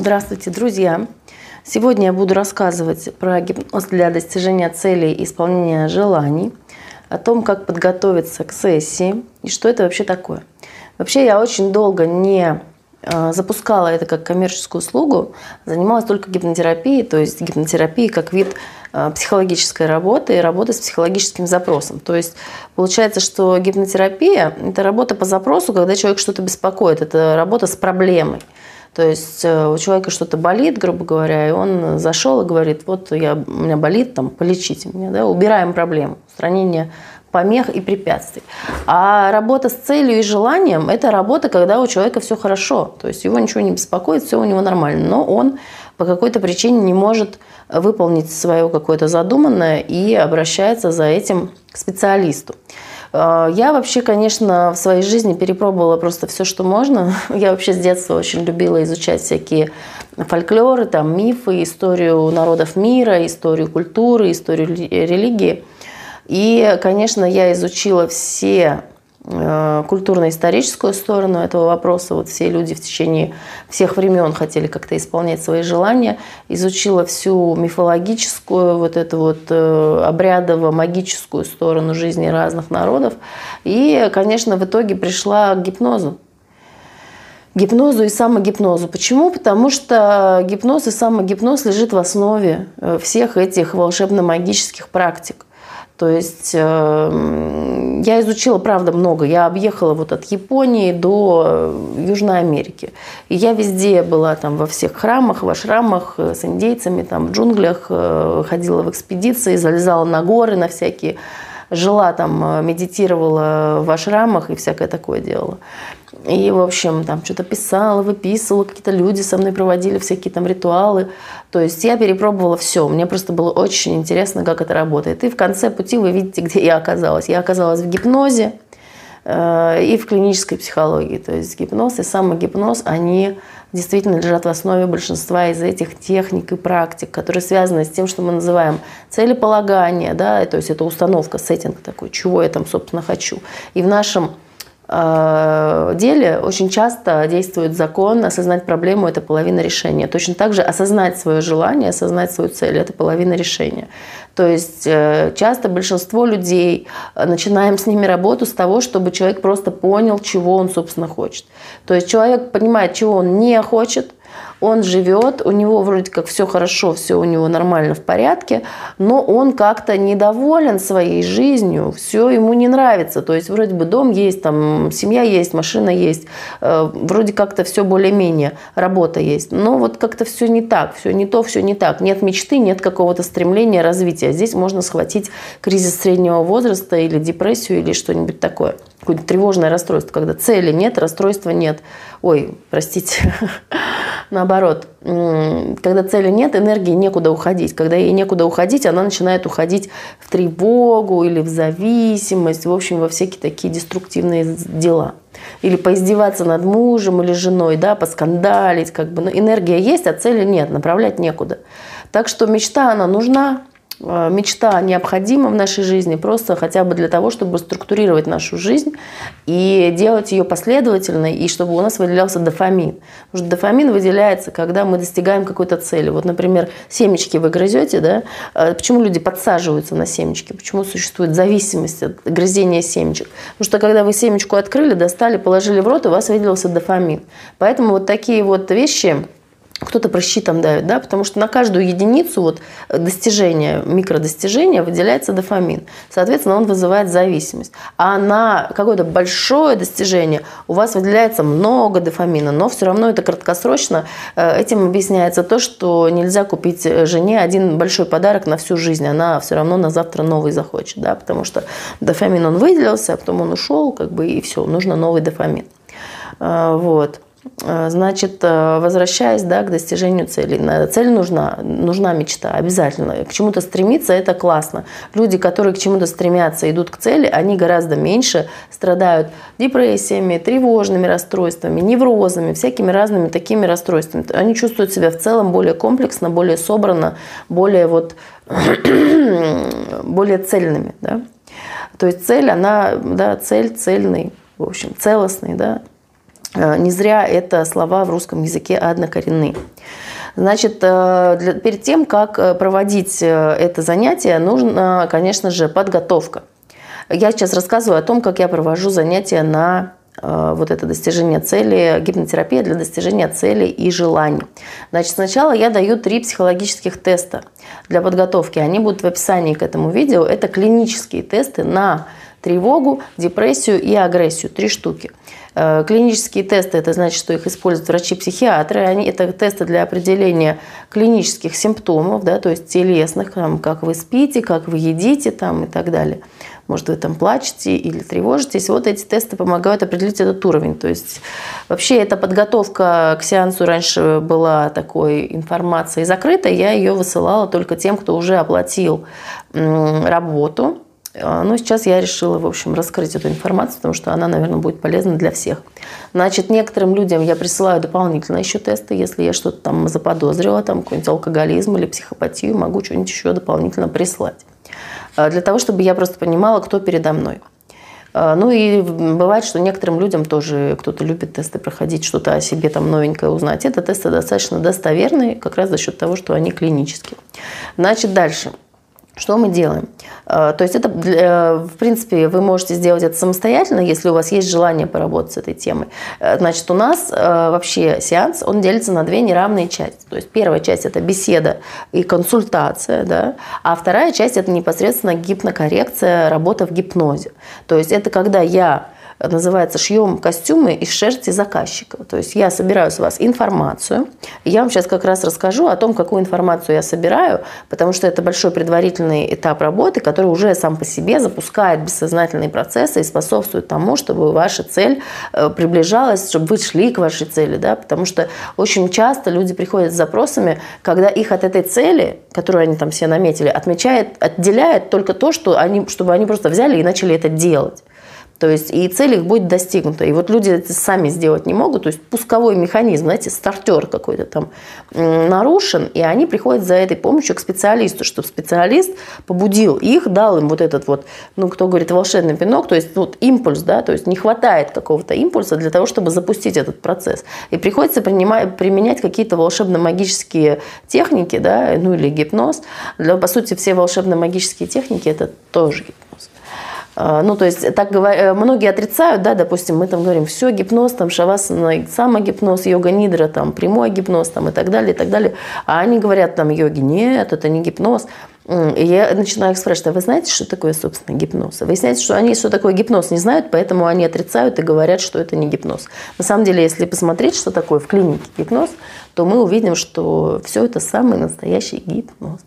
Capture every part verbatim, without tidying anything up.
Здравствуйте, друзья! Сегодня я буду рассказывать про гипноз для достижения целей и исполнения желаний, о том, как подготовиться к сессии и что это вообще такое. Вообще я очень долго не запускала это как коммерческую услугу, занималась только гипнотерапией, то есть гипнотерапией как вид психологической работы и работы с психологическим запросом. То есть получается, что гипнотерапия – это работа по запросу, когда человек что-то беспокоит, это работа с проблемой. То есть у человека что-то болит, грубо говоря, и он зашел и говорит: вот я, у меня болит, там, полечите меня, да? Убираем проблему, устранение помех и препятствий. А работа с целью и желанием – это работа, когда у человека все хорошо, то есть его ничего не беспокоит, все у него нормально, но он по какой-то причине не может выполнить свое какое-то задуманное и обращается за этим к специалисту. Я вообще, конечно, в своей жизни перепробовала просто все, что можно. Я вообще с детства очень любила изучать всякие фольклоры, там, мифы, историю народов мира, историю культуры, историю религии. И, конечно, я изучила все культурно-историческую сторону этого вопроса. Вот все люди в течение всех времен хотели как-то исполнять свои желания. Изучила всю мифологическую, вот эту вот обрядово-магическую сторону жизни разных народов. И, конечно, в итоге пришла к гипнозу. Гипнозу и самогипнозу. Почему? Потому что гипноз и самогипноз лежит в основе всех этих волшебно-магических практик. То есть э, я изучила, правда, много. Я объехала вот от Японии до Южной Америки. И я везде была, там, во всех храмах, в ашрамах, с индейцами, там, в джунглях, э, ходила в экспедиции, залезала на горы, на всякие, жила там, медитировала в ашрамах и всякое такое делала. И, в общем, там что-то писала, выписывала, какие-то люди со мной проводили всякие там ритуалы. То есть я перепробовала все. Мне просто было очень интересно, как это работает. И в конце пути вы видите, где я оказалась. Я оказалась в гипнозе э, и в клинической психологии. То есть гипноз и самогипноз, они действительно лежат в основе большинства из этих техник и практик, которые связаны с тем, что мы называем целеполагание, да, то есть это установка, сеттинг такой, чего я там, собственно, хочу. И в нашем деле очень часто действует закон: осознать проблему – это половина решения. Точно так же осознать свое желание, осознать свою цель – это половина решения. То есть часто большинство людей, начинаем с ними работу с того, чтобы человек просто понял, чего он, собственно, хочет. То есть человек понимает, чего он не хочет, он живет, у него вроде как все хорошо, все у него нормально в порядке, но он как-то недоволен своей жизнью, все ему не нравится. То есть вроде бы дом есть, там, семья есть, машина есть, э, вроде как-то все более-менее, работа есть. Но вот как-то все не так, все не то, все не так. Нет мечты, нет какого-то стремления, развития. Здесь можно схватить кризис среднего возраста или депрессию или что-нибудь такое. Какое-то тревожное расстройство, когда цели нет, расстройства нет. Ой, простите, наоборот. Когда цели нет, энергии некуда уходить. Когда ей некуда уходить, она начинает уходить в тревогу или в зависимость, в общем, во всякие такие деструктивные дела. Или поиздеваться над мужем или женой, да, поскандалить, как бы. Но энергия есть, а цели нет, направлять некуда. Так что мечта, она нужна. Мечта необходима в нашей жизни просто хотя бы для того, чтобы структурировать нашу жизнь и делать ее последовательной, и чтобы у нас выделялся дофамин. Потому что дофамин выделяется, когда мы достигаем какой-то цели. Вот, например, семечки вы грызете, да? Почему люди подсаживаются на семечки? Почему существует зависимость от грызения семечек? Потому что когда вы семечку открыли, достали, положили в рот, у вас выделился дофамин. Поэтому вот такие вот вещи... Кто-то прыщи там давит, да, потому что на каждую единицу вот достижения, микродостижения выделяется дофамин. Соответственно, он вызывает зависимость. А на какое-то большое достижение у вас выделяется много дофамина, но все равно это краткосрочно. Этим объясняется то, что нельзя купить жене один большой подарок на всю жизнь. Она все равно на завтра новый захочет, да, потому что дофамин, он выделился, а потом он ушел, как бы, и все, нужно новый дофамин. Вот. Значит, возвращаясь, да, к достижению цели. Цель нужна, нужна мечта, обязательно. К чему-то стремиться – это классно. Люди, которые к чему-то стремятся, идут к цели, они гораздо меньше страдают депрессиями, тревожными расстройствами, неврозами, всякими разными такими расстройствами. Они чувствуют себя в целом более комплексно, более собранно, более, вот, более цельными. Да? То есть цель, она, да, цель, цельный, в общем, целостный, да. Не зря это слова в русском языке однокоренные. Значит, для, перед тем, как проводить это занятие, нужна, конечно же, подготовка. Я сейчас рассказываю о том, как я провожу занятия на вот это достижение цели, гипнотерапия для достижения целей и желаний. Значит, сначала я даю три психологических теста для подготовки. Они будут в описании к этому видео. Это клинические тесты на тревогу, депрессию и агрессию. Три штуки. Клинические тесты, это значит, что их используют врачи-психиатры. Они, это тесты для определения клинических симптомов, да, то есть телесных, там, как вы спите, как вы едите там, и так далее. Может, вы там плачете или тревожитесь. Вот эти тесты помогают определить этот уровень. То есть вообще эта подготовка к сеансу раньше была такой информацией закрытой. Я ее высылала только тем, кто уже оплатил работу. Но сейчас я решила, в общем, раскрыть эту информацию, потому что она, наверное, будет полезна для всех. Значит, некоторым людям я присылаю дополнительно еще тесты. Если я что-то там заподозрила, там какой-нибудь алкоголизм или психопатию, могу что-нибудь еще дополнительно прислать. Для того, чтобы я просто понимала, кто передо мной. Ну и бывает, что некоторым людям тоже кто-то любит тесты проходить, что-то о себе там новенькое узнать. Это тесты достаточно достоверные, как раз за счет того, что они клинические. Значит, дальше. Что мы делаем? То есть это, в принципе, вы можете сделать это самостоятельно, если у вас есть желание поработать с этой темой. Значит, у нас вообще сеанс, он делится на две неравные части. То есть первая часть – это беседа и консультация, да? А вторая часть – это непосредственно гипнокоррекция, работа в гипнозе. То есть это когда я... называется «Шьем костюмы из шерсти заказчика». То есть я собираю с вас информацию. Я вам сейчас как раз расскажу о том, какую информацию я собираю, потому что это большой предварительный этап работы, который уже сам по себе запускает бессознательные процессы и способствует тому, чтобы ваша цель приближалась, чтобы вы шли к вашей цели. Да? Потому что очень часто люди приходят с запросами, когда их от этой цели, которую они там все наметили, отмечает, отделяет только то, что они, чтобы они просто взяли и начали это делать. То есть и цель их будет достигнута. И вот люди это сами сделать не могут. То есть пусковой механизм, знаете, стартер какой-то там нарушен, и они приходят за этой помощью к специалисту, чтобы специалист побудил их, дал им вот этот вот, ну, кто говорит, волшебный пинок, то есть вот импульс, да, то есть не хватает какого-то импульса для того, чтобы запустить этот процесс. И приходится принимать, применять какие-то волшебно-магические техники, да, ну или гипноз. Для, по сути, все волшебно-магические техники – это тоже гипноз. Ну, то есть, так говоря, многие отрицают, да, допустим, мы там говорим, все, гипноз, там, шавасана, самогипноз, йога-нидра, там, прямой гипноз, там, и так далее, и так далее. А они говорят, там, йоги, нет, это не гипноз. И я начинаю их спрашивать, а вы знаете, что такое, собственно, гипноз? Выясняется, что они, что такое гипноз, не знают, поэтому они отрицают и говорят, что это не гипноз. На самом деле, если посмотреть, что такое в клинике гипноз, то мы увидим, что все это самый настоящий гипноз.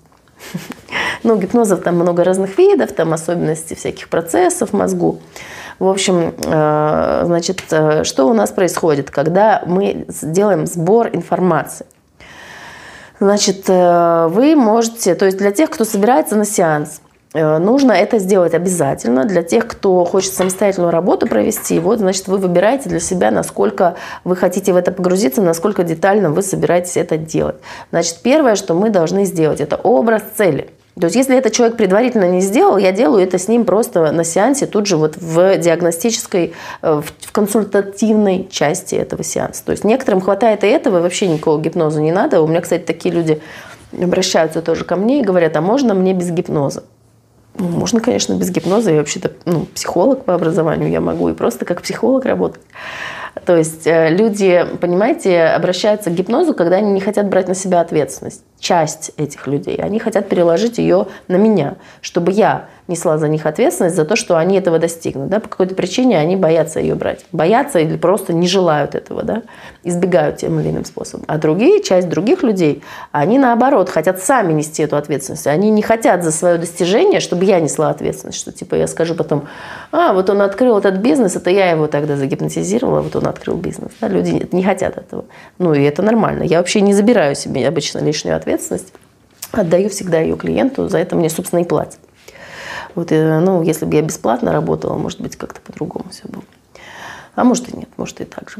Ну, гипнозов там много разных видов, там особенности всяких процессов в мозгу. В общем, значит, что у нас происходит, когда мы делаем сбор информации? Значит, вы можете, то есть для тех, кто собирается на сеанс, нужно это сделать обязательно. Для тех, кто хочет самостоятельную работу провести, вот, значит, вы выбираете для себя, насколько вы хотите в это погрузиться, насколько детально вы собираетесь это делать. Значит, первое, что мы должны сделать, это образ цели. То есть, если этот человек предварительно не сделал, я делаю это с ним просто на сеансе, тут же вот в диагностической, в консультативной части этого сеанса. То есть, некоторым хватает и этого, и вообще никакого гипноза не надо. У меня, кстати, такие люди обращаются тоже ко мне и говорят, а можно мне без гипноза? Ну, можно, конечно, без гипноза. Я вообще-то ну, психолог по образованию, я могу и просто как психолог работать. То есть люди, понимаете, обращаются к гипнозу, когда они не хотят брать на себя ответственность. Часть этих людей. Они хотят переложить ее на меня, чтобы я несла за них ответственность за то, что они этого достигнут. Да? По какой-то причине они боятся ее брать. Боятся или просто не желают этого, да? Избегают тем или иным способом. А другие, часть других людей, они наоборот хотят сами нести эту ответственность. Они не хотят за свое достижение, чтобы я несла ответственность. Что типа я скажу потом, а, вот он открыл этот бизнес, это я его тогда загипнотизировала, вот он открыл бизнес. Да? Люди не хотят этого. Ну и это нормально. Я вообще не забираю себе обычно лишнюю ответственность. Отдаю всегда ее клиенту, за это мне, собственно, и платят. Вот, ну, если бы я бесплатно работала, может быть, как-то по-другому все было. А может и нет, может и так же было бы.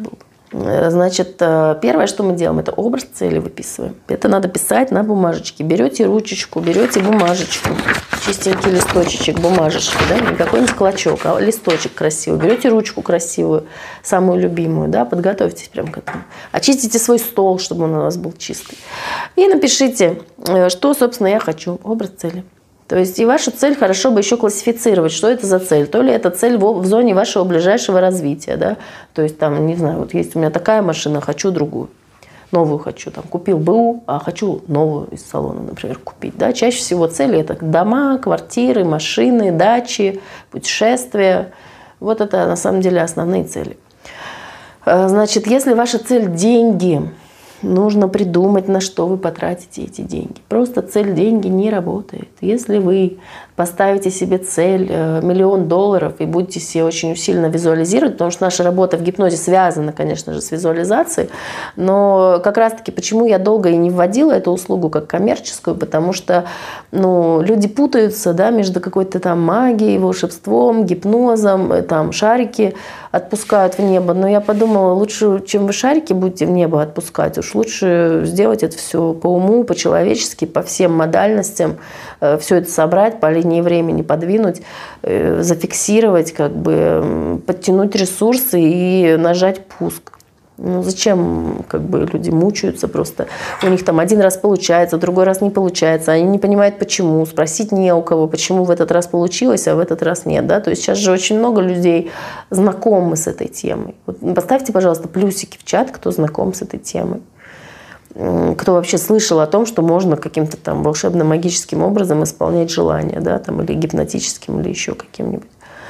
Значит, первое, что мы делаем, это образ цели выписываем. Это надо писать на бумажечке. Берете ручечку, берете бумажечку, чистенький листочек, бумажечки, да, не какой-нибудь клочок, а листочек красивый. Берете ручку красивую, самую любимую, да, подготовьтесь прям к этому. Очистите свой стол, чтобы он у вас был чистый. И напишите, что, собственно, я хочу, образ цели. То есть и вашу цель хорошо бы еще классифицировать, что это за цель. То ли это цель в зоне вашего ближайшего развития, да? То есть там, не знаю, вот есть у меня такая машина, хочу другую, новую хочу. Там, купил БУ, а хочу новую из салона, например, купить. Да? Чаще всего цели это дома, квартиры, машины, дачи, путешествия. Вот это на самом деле основные цели. Значит, если ваша цель деньги, нужно придумать, на что вы потратите эти деньги. Просто цель деньги не работает. Если вы поставите себе цель миллион долларов и будете себе очень усиленно визуализировать, потому что наша работа в гипнозе связана, конечно же, с визуализацией, но как раз-таки почему я долго и не вводила эту услугу как коммерческую, потому что ну, люди путаются, да, между какой-то там магией, волшебством, гипнозом, там шарики отпускают в небо. Но я подумала, лучше, чем вы шарики будете в небо отпускать, уж лучше сделать это все по уму, по-человечески, по всем модальностям, все это собрать, по линии времени подвинуть, зафиксировать, как бы подтянуть ресурсы и нажать пуск. Ну зачем как бы люди мучаются просто? У них там один раз получается, другой раз не получается. Они не понимают, почему. Спросить не у кого, почему в этот раз получилось, а в этот раз нет. Да? То есть сейчас же очень много людей знакомы с этой темой. Вот поставьте, пожалуйста, плюсики в чат, кто знаком с этой темой. Кто вообще слышал о том, что можно каким-то там волшебно-магическим образом исполнять желания, да, там, или гипнотическим, или еще каким-нибудь.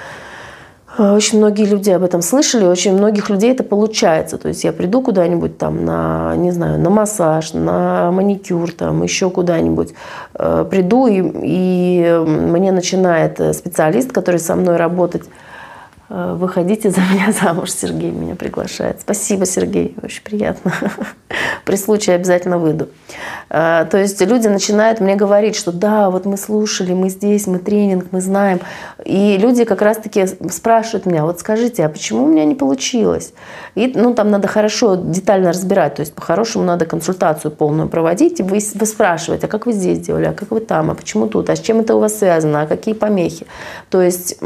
Очень многие люди об этом слышали, очень многих людей это получается. То есть я приду куда-нибудь там на, не знаю, на массаж, на маникюр, там еще куда-нибудь. Приду, и, и мне начинает специалист, который со мной работает, выходите за меня замуж, Сергей меня приглашает. Спасибо, Сергей, очень приятно. При случае обязательно выйду. То есть люди начинают мне говорить, что да, вот мы слушали, мы здесь, мы тренинг, мы знаем. И люди как раз-таки спрашивают меня, вот скажите, а почему у меня не получилось? И ну, там надо хорошо, детально разбирать, то есть по-хорошему надо консультацию полную проводить, и вы, вы спрашиваете, а как вы здесь делали, а как вы там, а почему тут, а с чем это у вас связано, а какие помехи? То есть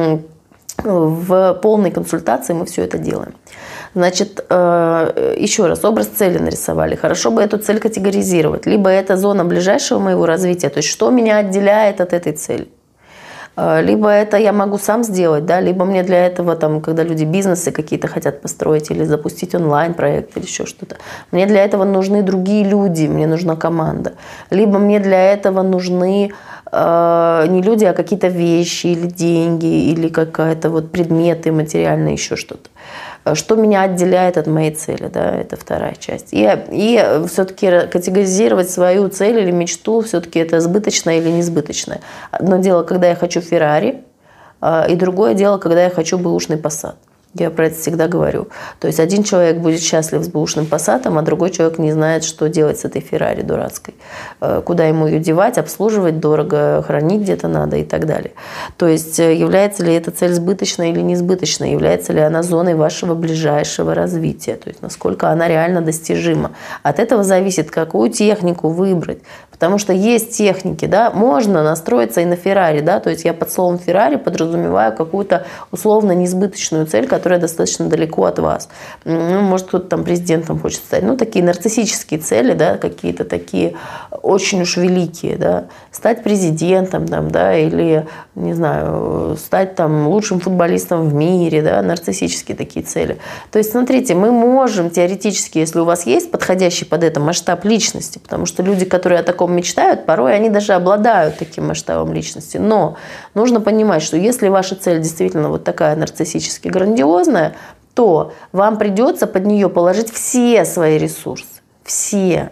в полной консультации мы все это делаем. Значит, еще раз, образ цели нарисовали. Хорошо бы эту цель категоризировать. Либо это зона ближайшего моего развития, то есть что меня отделяет от этой цели. Либо это я могу сам сделать, да, либо мне для этого, там, когда люди бизнесы какие-то хотят построить или запустить онлайн-проект или еще что-то, мне для этого нужны другие люди, мне нужна команда. Либо мне для этого нужны э, не люди, а какие-то вещи или деньги, или какие-то вот предметы материальные, еще что-то. Что меня отделяет от моей цели, да, это вторая часть. И, и все-таки категоризировать свою цель или мечту, все-таки это сбыточное или несбыточное. Одно дело, когда я хочу Феррари, и другое дело, когда я хочу бэушный Passat. Я про это всегда говорю. То есть один человек будет счастлив с бэушным Пассатом, а другой человек не знает, что делать с этой Феррари дурацкой. Куда ему ее девать, обслуживать дорого, хранить где-то надо и так далее. То есть является ли эта цель сбыточной или несбыточной, является ли она зоной вашего ближайшего развития, то есть насколько она реально достижима. От этого зависит, какую технику выбрать. Потому что есть техники, да, можно настроиться и на Феррари, да, то есть я под словом Феррари подразумеваю какую-то условно несбыточную цель, которая достаточно далеко от вас. Ну, может, кто-то там президентом хочет стать. Ну, такие нарциссические цели, да, какие-то такие очень уж великие, да, стать президентом, там, да, или, не знаю, стать там лучшим футболистом в мире, да, нарциссические такие цели. То есть, смотрите, мы можем теоретически, если у вас есть подходящий под это масштаб личности, потому что люди, которые о таком мечтают, порой они даже обладают таким масштабом личности. Но нужно понимать, что если ваша цель действительно вот такая нарциссически грандиозная, то вам придется под нее положить все свои ресурсы. Все.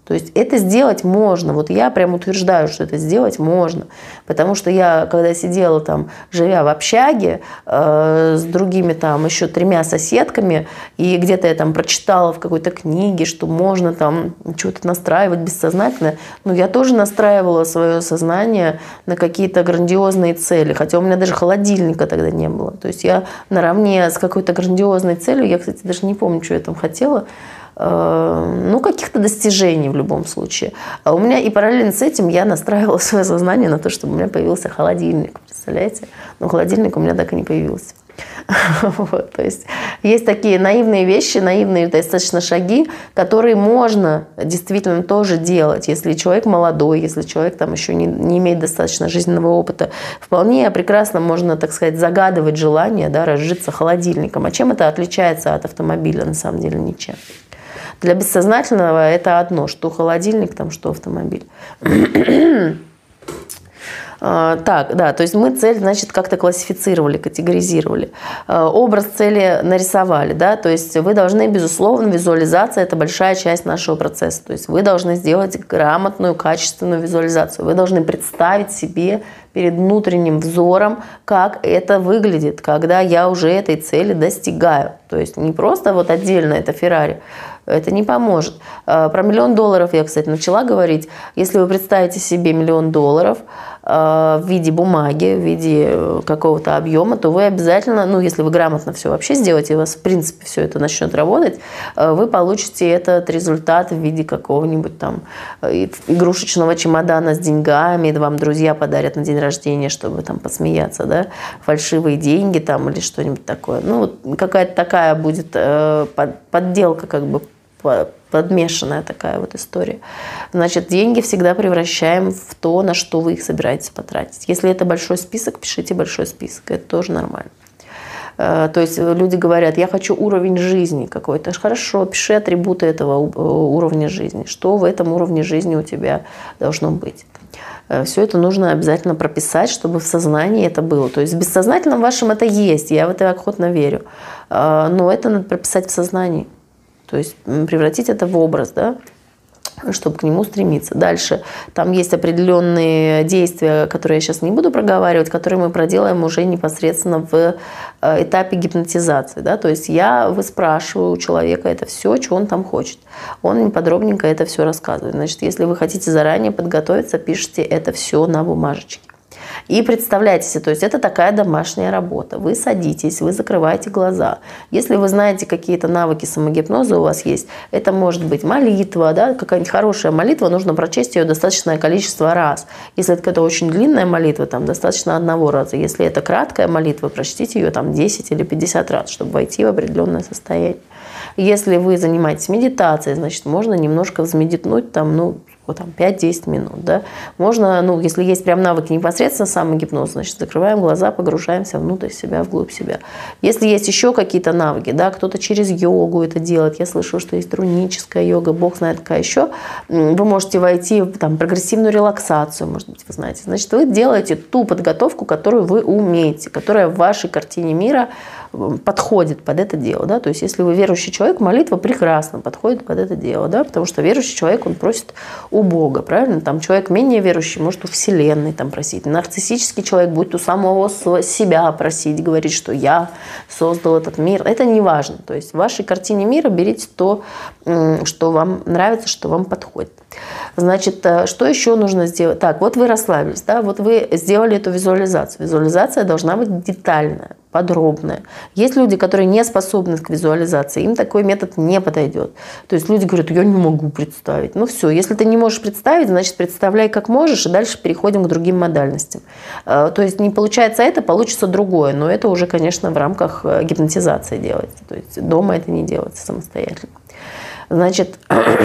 То есть это сделать можно. Вот я прям утверждаю, что это сделать можно. Потому что я, когда сидела там, живя в общаге, э, с другими там еще тремя соседками, и где-то я там прочитала в какой-то книге, что можно там что-то настраивать бессознательно, ну, я тоже настраивала свое сознание на какие-то грандиозные цели. Хотя у меня даже холодильника тогда не было. То есть я наравне с какой-то грандиозной целью, я, кстати, даже не помню, что я там хотела, ну, каких-то достижений в любом случае. А у меня и параллельно с этим я настраивала свое сознание на то, чтобы у меня появился холодильник. Представляете? Но холодильник у меня так и не появился. Вот, то есть есть такие наивные вещи, наивные достаточно шаги, которые можно действительно тоже делать, если человек молодой, если человек там еще не, не имеет достаточно жизненного опыта. Вполне прекрасно можно, так сказать, загадывать желание, да, разжиться холодильником. А чем это отличается от автомобиля? На самом деле ничем. Для бессознательного это одно, что холодильник, там, что автомобиль. Так, да, то есть мы цель, значит, как-то классифицировали, категоризировали. Образ цели нарисовали, да, то есть вы должны, безусловно, визуализация – это большая часть нашего процесса. То есть вы должны сделать грамотную, качественную визуализацию. Вы должны представить себе перед внутренним взором, как это выглядит, когда я уже этой цели достигаю. То есть не просто вот отдельно это Феррари, это не поможет. Про миллион долларов я, кстати, начала говорить. Если вы представите себе миллион долларов в виде бумаги, в виде какого-то объема, то вы обязательно, ну, если вы грамотно все вообще сделаете, и у вас, в принципе, все это начнет работать, вы получите этот результат в виде какого-нибудь там игрушечного чемодана с деньгами, вам друзья подарят на день рождения, чтобы там посмеяться, да, фальшивые деньги там или что-нибудь такое. Ну, вот какая-то такая будет подделка, как бы, подмешанная такая вот история. Значит, деньги всегда превращаем в то, на что вы их собираетесь потратить. Если это большой список, пишите большой список. Это тоже нормально. То есть люди говорят, я хочу уровень жизни какой-то. Хорошо, пиши атрибуты этого уровня жизни. Что в этом уровне жизни у тебя должно быть? Все это нужно обязательно прописать, чтобы в сознании это было. То есть в бессознательном вашем это есть, я в это охотно верю. Но это надо прописать в сознании. То есть превратить это в образ, да, чтобы к нему стремиться. Дальше там есть определенные действия, которые я сейчас не буду проговаривать, которые мы проделаем уже непосредственно в этапе гипнотизации. Да? То есть я выспрашиваю у человека это все, что он там хочет. Он подробненько это все рассказывает. Значит, если вы хотите заранее подготовиться, пишите это все на бумажечке. И представляйте себе, то есть это такая домашняя работа. Вы садитесь, вы закрываете глаза. Если вы знаете какие-то навыки самогипноза у вас есть, это может быть молитва, да, какая-нибудь хорошая молитва, нужно прочесть ее достаточное количество раз. Если это какая-то очень длинная молитва, там достаточно одного раза. Если это краткая молитва, прочтите ее там десять или пятьдесят раз, чтобы войти в определенное состояние. Если вы занимаетесь медитацией, значит, можно немножко взмедитнуть там, ну, вот там пять-десять минут, да. Можно, ну, если есть прям навыки непосредственно самогипноза, значит, закрываем глаза, погружаемся внутрь себя, вглубь себя. Если есть еще какие-то навыки, да, кто-то через йогу это делает, я слышала, что есть руническая йога, бог знает какая еще, вы можете войти в там прогрессивную релаксацию, может быть, вы знаете. Значит, вы делаете ту подготовку, которую вы умеете, которая в вашей картине мира подходит под это дело, да, то есть если вы верующий человек, молитва прекрасно подходит под это дело, да, потому что верующий человек, он просит у Бога, правильно, там человек менее верующий может у Вселенной там просить, нарциссический человек будет у самого себя просить, говорить, что я создал этот мир, это не важно, то есть в вашей картине мира берите то, что вам нравится, что вам подходит. Значит, что еще нужно сделать? Так, вот вы расслабились, да, вот вы сделали эту визуализацию. Визуализация должна быть детальная, подробная. Есть люди, которые не способны к визуализации, им такой метод не подойдет. То есть люди говорят, я не могу представить. Ну все, если ты не можешь представить, значит, представляй как можешь, и дальше переходим к другим модальностям. То есть не получается это, получится другое, но это уже, конечно, в рамках гипнотизации делается. То есть дома это не делается самостоятельно. Значит,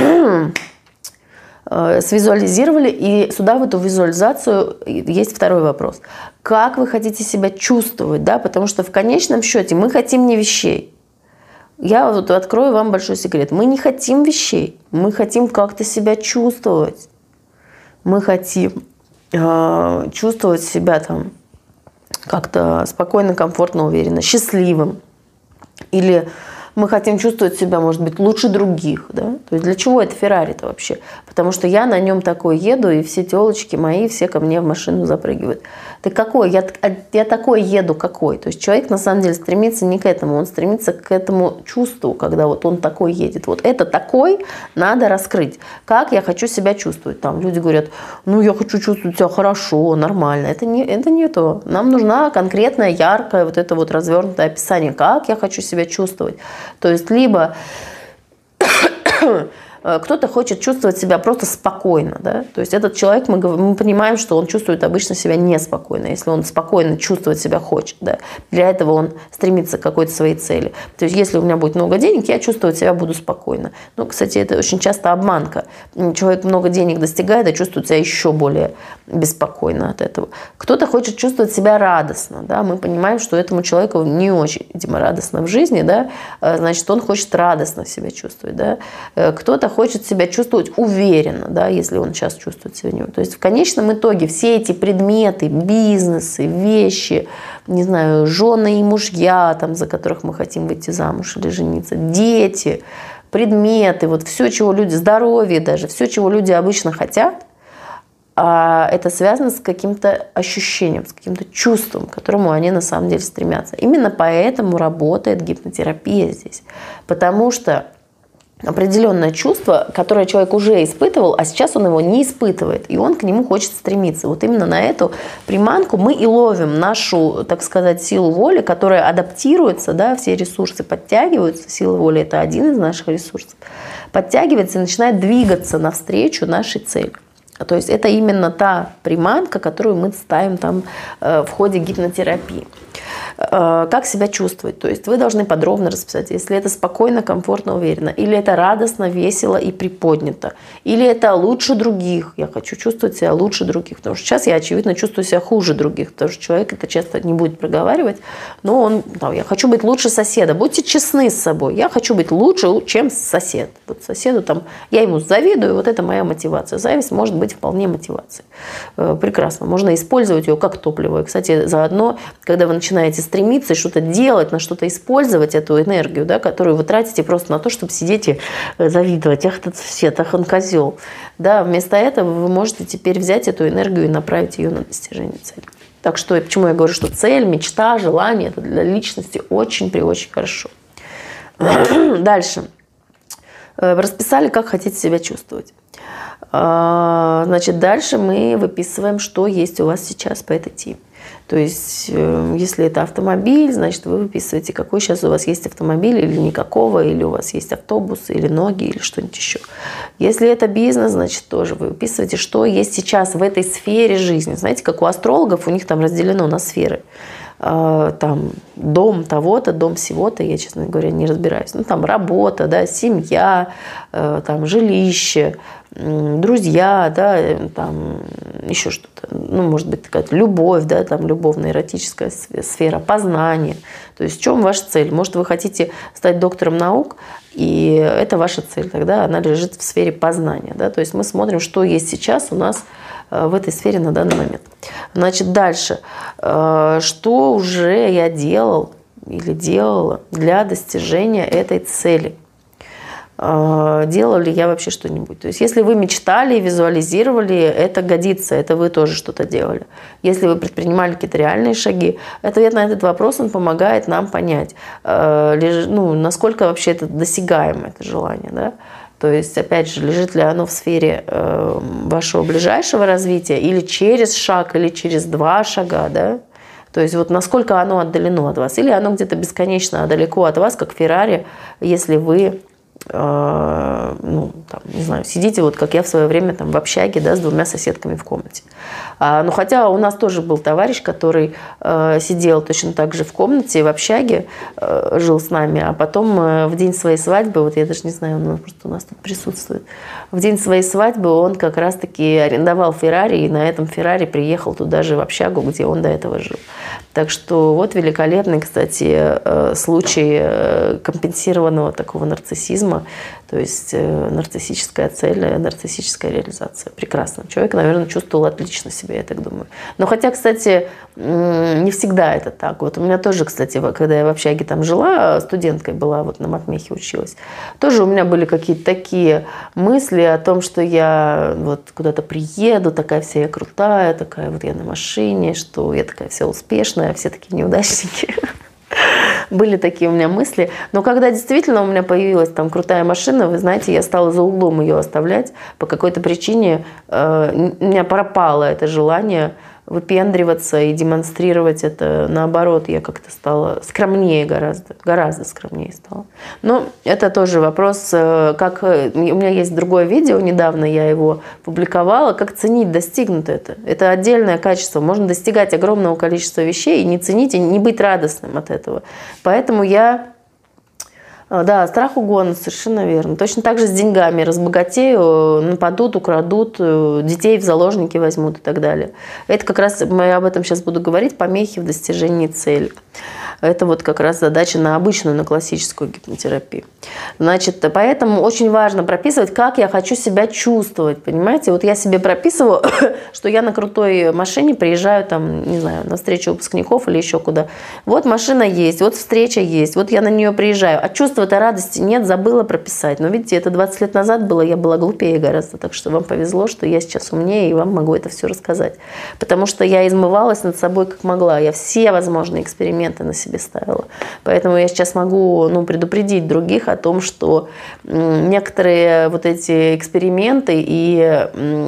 свизуализировали, и сюда в эту визуализацию есть второй вопрос. Как вы хотите себя чувствовать, да? Потому что в конечном счете мы хотим не вещей. Я вот открою вам большой секрет. Мы не хотим вещей, мы хотим как-то себя чувствовать. Мы хотим э, чувствовать себя там как-то спокойно, комфортно, уверенно, счастливым. Или Мы хотим чувствовать себя, может быть, лучше других. Да? То есть для чего это Феррари-то вообще? Потому что я на нем такой еду, и все телочки мои, все ко мне в машину запрыгивают. Ты какой? Я, я такой еду, какой? То есть человек на самом деле стремится не к этому, он стремится к этому чувству, когда вот он такой едет. Вот это такой надо раскрыть. Как я хочу себя чувствовать? Там люди говорят, ну я хочу чувствовать себя хорошо, нормально. Это не, это не то. Нам нужна конкретная, яркая, вот это вот развернутое описание, как я хочу себя чувствовать. То есть либо кто-то хочет чувствовать себя просто спокойно. Да? То есть этот человек, мы, мы понимаем, что он чувствует обычно себя неспокойно. Если он спокойно чувствовать себя хочет, да? Для этого он стремится к какой-то своей цели. То есть если у меня будет много денег, я чувствовать себя буду спокойно. Ну, кстати, это очень часто обманка. Человек много денег достигает, а чувствует себя еще более беспокойно от этого. Кто-то хочет чувствовать себя радостно. Да? Мы понимаем, что этому человеку не очень, видимо, радостно в жизни. Да? Значит, он хочет радостно себя чувствовать. Да? Кто-то хочет себя чувствовать уверенно, да, если он сейчас чувствует себя не. То есть в конечном итоге все эти предметы, бизнесы, вещи, не знаю, жены и мужья, там, за которых мы хотим выйти замуж или жениться, дети, предметы, вот все, чего люди, здоровье даже, все, чего люди обычно хотят, это связано с каким-то ощущением, с каким-то чувством, к которому они на самом деле стремятся. Именно поэтому работает гипнотерапия здесь. Потому что определенное чувство, которое человек уже испытывал, а сейчас он его не испытывает, и он к нему хочет стремиться. Вот именно на эту приманку мы и ловим нашу, так сказать, силу воли, которая адаптируется, да, все ресурсы подтягиваются, сила воли – это один из наших ресурсов, подтягивается и начинает двигаться навстречу нашей цели. То есть это именно та приманка, которую мы ставим там в ходе гипнотерапии. Как себя чувствовать? То есть вы должны подробно расписать, если это спокойно, комфортно, уверенно, или это радостно, весело и приподнято, или это лучше других. Я хочу чувствовать себя лучше других, потому что сейчас я, очевидно, чувствую себя хуже других, потому что человек это часто не будет проговаривать, но он, там, я хочу быть лучше соседа. Будьте честны с собой. Я хочу быть лучше, чем сосед. Вот соседу там, я ему завидую, вот это моя мотивация. Зависть может быть вполне мотивацией. Прекрасно. Можно использовать ее как топливо. И, кстати, заодно, когда вы начинаете стремиться и что-то делать, на что-то использовать эту энергию, да, которую вы тратите просто на то, чтобы сидеть и завидовать. Ах, этот сосед, ах, он козел. Да, вместо этого вы можете теперь взять эту энергию и направить ее на достижение цели. Так что, почему я говорю, что цель, мечта, желание – это для личности очень при очень хорошо. Дальше. Расписали, как хотите себя чувствовать. Значит, дальше мы выписываем, что есть у вас сейчас по этой теме. То есть, если это автомобиль, значит, вы выписываете, какой сейчас у вас есть автомобиль, или никакого, или у вас есть автобус, или ноги, или что-нибудь еще. Если это бизнес, значит, тоже вы выписываете, что есть сейчас в этой сфере жизни. Знаете, как у астрологов, у них там разделено на сферы. Там дом того-то, дом сего-то, я, честно говоря, не разбираюсь. Ну, там работа, да, семья, там жилище, друзья, да, там еще что-то. Ну, может быть, какая-то любовь, да, там любовно-эротическая сфера, познание. То есть в чем ваша цель? Может, вы хотите стать доктором наук, и это ваша цель, тогда она лежит в сфере познания. Да? То есть мы смотрим, что есть сейчас у нас в этой сфере на данный момент. Значит, дальше. Что уже я делал или делала для достижения этой цели? Делал ли я вообще что-нибудь? То есть, если вы мечтали, визуализировали, это годится, это вы тоже что-то делали. Если вы предпринимали какие-то реальные шаги, ответ на этот вопрос, он помогает нам понять, ну, насколько вообще это досягаемо, это желание, да? То есть, опять же, лежит ли оно в сфере э, вашего ближайшего развития, или через шаг, или через два шага, да? То есть, вот насколько оно отдалено от вас, или оно где-то бесконечно далеко от вас, как Феррари, если вы, э, ну, там, не знаю, сидите, вот как я в свое время там в общаге, да, с двумя соседками в комнате. А, ну, хотя у нас тоже был товарищ, который э, сидел точно так же в комнате, в общаге, э, жил с нами, а потом э, в день своей свадьбы, вот я даже не знаю, он просто у нас тут присутствует, в день своей свадьбы он как раз-таки арендовал Феррари, и на этом Феррари приехал туда же в общагу, где он до этого жил. Так что вот великолепный, кстати, э, случай э, компенсированного такого нарциссизма, тема. То есть нарциссическая цель, нарциссическая реализация. Прекрасно. Человек, наверное, чувствовал отлично себя, я так думаю. Но хотя, кстати, не всегда это так. Вот у меня тоже, кстати, когда я в общаге там жила, студенткой была, вот на матмехе училась, тоже у меня были какие-то такие мысли о том, что я вот куда-то приеду, такая вся я крутая, такая вот я на машине, что я такая вся успешная, а все такие неудачники. Были такие у меня мысли. Но когда действительно у меня появилась там крутая машина, вы знаете, я стала за углом ее оставлять. По какой-то причине э, у меня пропало это желание выпендриваться и демонстрировать это. Наоборот, я как-то стала скромнее гораздо, гораздо скромнее стала. Но это тоже вопрос, как... У меня есть другое видео, недавно я его публиковала, как ценить достигнутое это. Это отдельное качество. Можно достигать огромного количества вещей и не ценить, и не быть радостным от этого. Поэтому я... Да, страх угона, совершенно верно. Точно так же с деньгами. Разбогатею, нападут, украдут, детей в заложники возьмут и так далее. Это как раз, я об этом сейчас буду говорить, помехи в достижении цели. Это вот как раз задача на обычную, на классическую гипнотерапию. Значит, поэтому очень важно прописывать, как я хочу себя чувствовать, понимаете? Вот я себе прописываю, что я на крутой машине приезжаю там, не знаю, на встречу выпускников или еще куда. Вот машина есть, вот встреча есть, вот я на нее приезжаю. А чувства-то радости нет, забыла прописать. Но видите, это двадцать лет назад было, я была глупее гораздо, так что вам повезло, что я сейчас умнее и вам могу это все рассказать. Потому что я измывалась над собой как могла, я все возможные эксперименты на себе ставила. Поэтому я сейчас могу, ну, предупредить других о том, что некоторые вот эти эксперименты и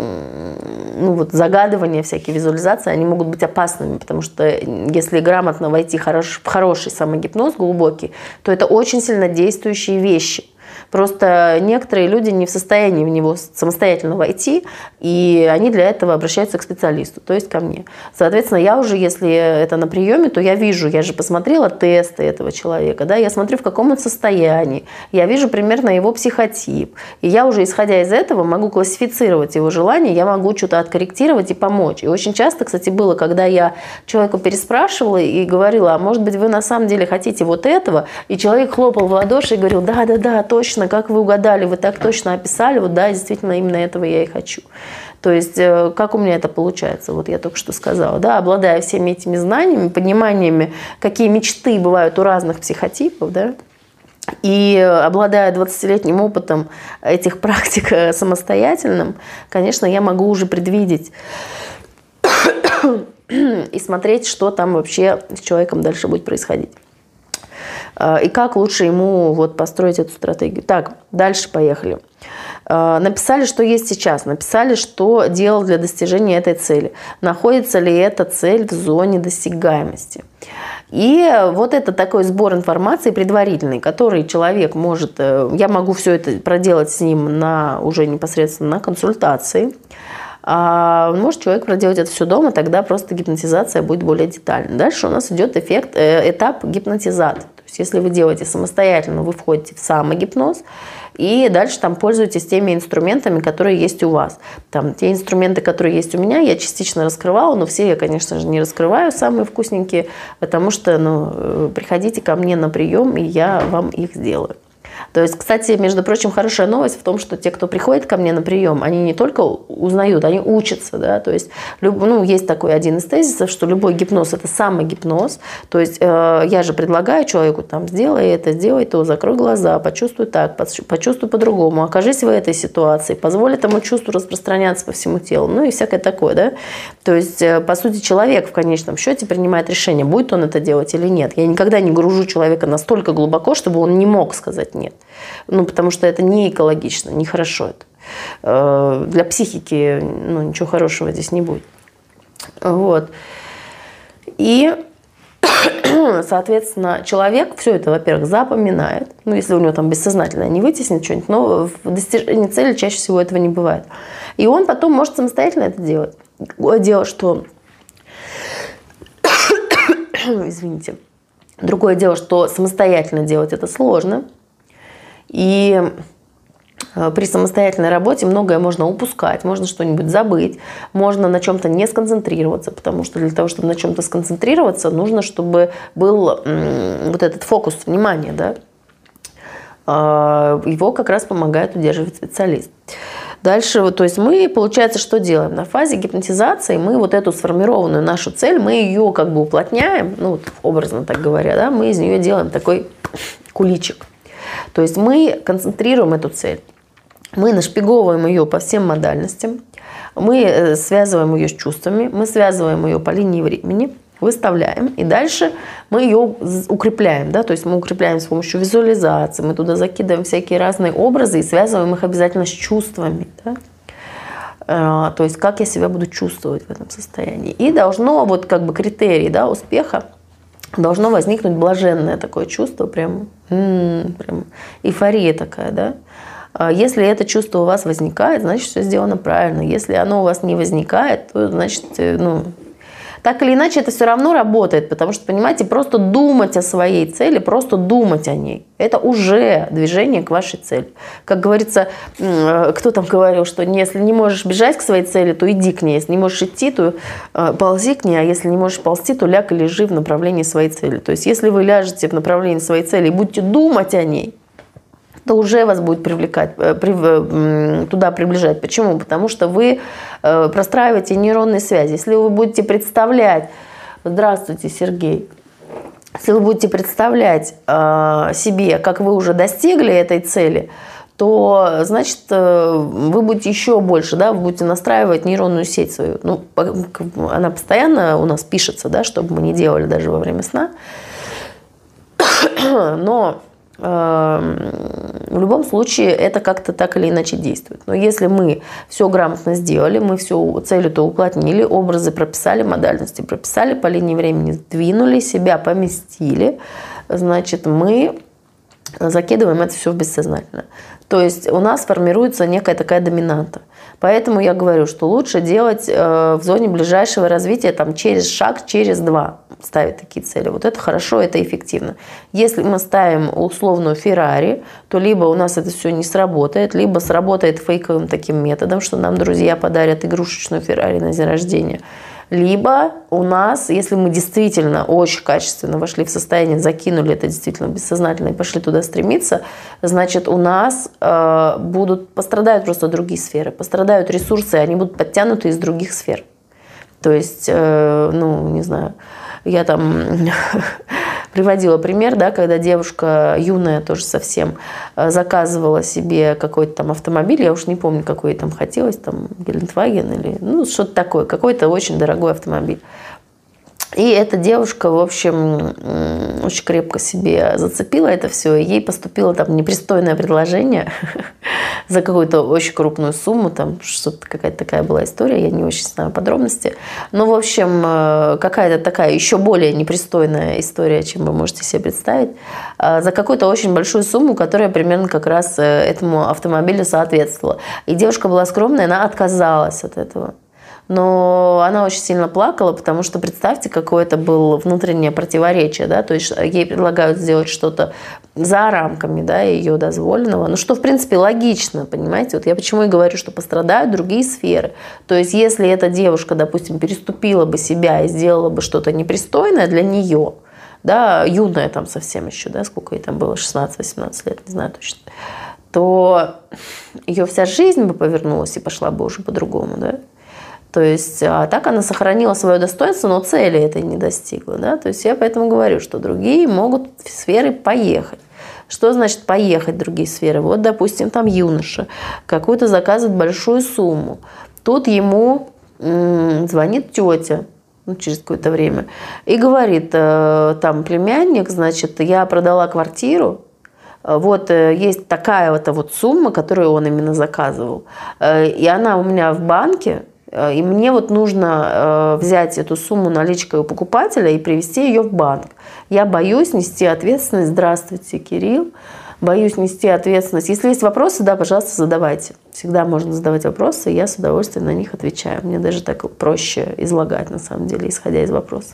ну, вот загадывания, всякие визуализации, они могут быть опасными, потому что если грамотно войти в хороший самогипноз, глубокий, то это очень сильно действующие вещи. Просто некоторые люди не в состоянии в него самостоятельно войти, и они для этого обращаются к специалисту, то есть ко мне. Соответственно, я уже, если это на приеме, то я вижу, я же посмотрела тесты этого человека, да, я смотрю, в каком он состоянии, я вижу примерно его психотип, и я уже, исходя из этого, могу классифицировать его желания, я могу что-то откорректировать и помочь. И очень часто, кстати, было, когда я человеку переспрашивала и говорила, а может быть, вы на самом деле хотите вот этого, и человек хлопал в ладоши и говорил, да-да-да, точно, как вы угадали, вы так точно описали, вот да, действительно, именно этого я и хочу. То есть, как у меня это получается, вот я только что сказала, да, обладая всеми этими знаниями, пониманиями, какие мечты бывают у разных психотипов, да, и обладая двадцатилетним опытом этих практик самостоятельным, конечно, я могу уже предвидеть и смотреть, что там вообще с человеком дальше будет происходить. И как лучше ему вот построить эту стратегию. Так, дальше поехали. Написали, что есть сейчас. Написали, что делал для достижения этой цели. Находится ли эта цель в зоне досягаемости. И вот это такой сбор информации предварительный, который человек может... Я могу все это проделать с ним на, уже непосредственно на консультации. А может человек проделать это все дома, тогда просто гипнотизация будет более детальной. Дальше у нас идет эффект, этап гипнотизации. То есть если вы делаете самостоятельно, вы входите в самогипноз, и дальше там пользуетесь теми инструментами, которые есть у вас. Там, те инструменты, которые есть у меня, я частично раскрывала, но все я, конечно же, не раскрываю, самые вкусненькие, потому что ну, приходите ко мне на прием, и я вам их сделаю. То есть, кстати, между прочим, хорошая новость в том, что те, кто приходит ко мне на прием, они не только узнают, они учатся. Да? То есть, ну, есть такой один из тезисов, что любой гипноз – это самогипноз. То есть, э, я же предлагаю человеку, там, сделай это, сделай то, закрой глаза, почувствуй так, почувствуй по-другому, окажись в этой ситуации, позволь этому чувству распространяться по всему телу, ну и всякое такое. Да? То есть, э, по сути, человек в конечном счете принимает решение, будет он это делать или нет. Я никогда не гружу человека настолько глубоко, чтобы он не мог сказать «нет». Ну, потому что это не экологично, не хорошо это. Для психики ну, ничего хорошего здесь не будет. Вот. И, соответственно, человек все это, во-первых, запоминает. Ну, если у него там бессознательно не вытеснит что-нибудь, но в достижении цели чаще всего этого не бывает. И он потом может самостоятельно это делать. Другое дело, что... Извините. Другое дело, что самостоятельно делать это сложно. И при самостоятельной работе многое можно упускать, можно что-нибудь забыть, можно на чем-то не сконцентрироваться, потому что для того, чтобы на чем-то сконцентрироваться, нужно, чтобы был вот этот фокус внимания. Да? его как раз помогает удерживать специалист. Дальше, то есть мы, получается, что делаем? На фазе гипнотизации мы вот эту сформированную нашу цель, мы ее как бы уплотняем, ну, вот образно так говоря, да, мы из нее делаем такой куличик. То есть мы концентрируем эту цель, мы нашпиговываем ее по всем модальностям, мы связываем ее с чувствами, мы связываем ее по линии времени, выставляем, и дальше мы ее укрепляем, да, то есть мы укрепляем с помощью визуализации, мы туда закидываем всякие разные образы и связываем их обязательно с чувствами, да? а, то есть как я себя буду чувствовать в этом состоянии. И должно, вот как бы критерий, да, успеха, должно возникнуть блаженное такое чувство, прям, м-м, прям эйфория такая, да. Если это чувство у вас возникает, значит, все сделано правильно. Если оно у вас не возникает, то, значит, ну, так или иначе, это все равно работает, потому что, понимаете, просто думать о своей цели, просто думать о ней, это уже движение к вашей цели. Как говорится, кто там говорил, что если не можешь бежать к своей цели, то иди к ней, если не можешь идти, то ползи к ней, а если не можешь ползти, то ляг и лежи в направлении своей цели. То есть, если вы ляжете в направлении своей цели и будете думать о ней, то уже вас будет привлекать, туда приближать. Почему? Потому что вы простраиваете нейронные связи. Если вы будете представлять, здравствуйте, Сергей, если вы будете представлять себе, как вы уже достигли этой цели, то, значит, вы будете еще больше, да, вы будете настраивать нейронную сеть свою. Ну, она постоянно у нас пишется, да, чтобы мы не делали даже во время сна. Но в любом случае это как-то так или иначе действует. Но если мы все грамотно сделали, мы всю цель-то уплотнили, образы прописали, модальности прописали, по линии времени сдвинули, себя поместили, значит, мы закидываем это все в бессознательное. То есть у нас формируется некая такая доминанта. Поэтому я говорю, что лучше делать в зоне ближайшего развития там, через шаг, через два ставить такие цели. Вот это хорошо, это эффективно. Если мы ставим условную Феррари, то либо у нас это все не сработает, либо сработает фейковым таким методом, что нам друзья подарят игрушечную Феррари на день рождения. Либо у нас, если мы действительно очень качественно вошли в состояние, закинули это действительно бессознательно и пошли туда стремиться, значит, у нас э, будут, пострадают просто другие сферы, пострадают ресурсы, они будут подтянуты из других сфер. То есть, э, ну, не знаю, я там приводила пример, да, когда девушка юная тоже совсем заказывала себе какой-то там автомобиль, я уж не помню, какой ей там хотелось, там Гелендваген или ну, что-то такое, какой-то очень дорогой автомобиль. И эта девушка, в общем, очень крепко себе зацепила это все, и ей поступило там непристойное предложение за какую-то очень крупную сумму, там что-то какая-то такая была история, я не очень знаю подробности. Но, в общем, какая-то такая еще более непристойная история, чем вы можете себе представить, за какую-то очень большую сумму, которая примерно как раз этому автомобилю соответствовала. И девушка была скромная, она отказалась от этого. Но она очень сильно плакала, потому что, представьте, какое это было внутреннее противоречие, да, то есть ей предлагают сделать что-то за рамками, да, ее дозволенного, ну, что, в принципе, логично, понимаете, вот я почему и говорю, что пострадают другие сферы, то есть если эта девушка, допустим, переступила бы себя и сделала бы что-то непристойное для нее, да, юная там совсем еще, да, сколько ей там было, шестнадцать-восемнадцать лет, не знаю точно, то ее вся жизнь бы повернулась и пошла бы уже по-другому, да. То есть, а так она сохранила свое достоинство, но цели этой не достигла. Да? То есть я поэтому говорю, что другие могут в сферы поехать. Что значит поехать в другие сферы? Вот, допустим, там юноша какую-то заказывает большую сумму. Тут ему м- звонит тетя, ну, через какое-то время, и говорит, э, там, племянник, значит, я продала квартиру, вот есть такая вот, вот сумма, которую он именно заказывал, э, и она у меня в банке, и мне вот нужно взять эту сумму наличкой у покупателя и привезти ее в банк. Я боюсь нести ответственность. Здравствуйте, Кирилл. Боюсь нести ответственность. Если есть вопросы, да, пожалуйста, задавайте. Всегда можно задавать вопросы, и я с удовольствием на них отвечаю. Мне даже так проще излагать, на самом деле, исходя из вопросов.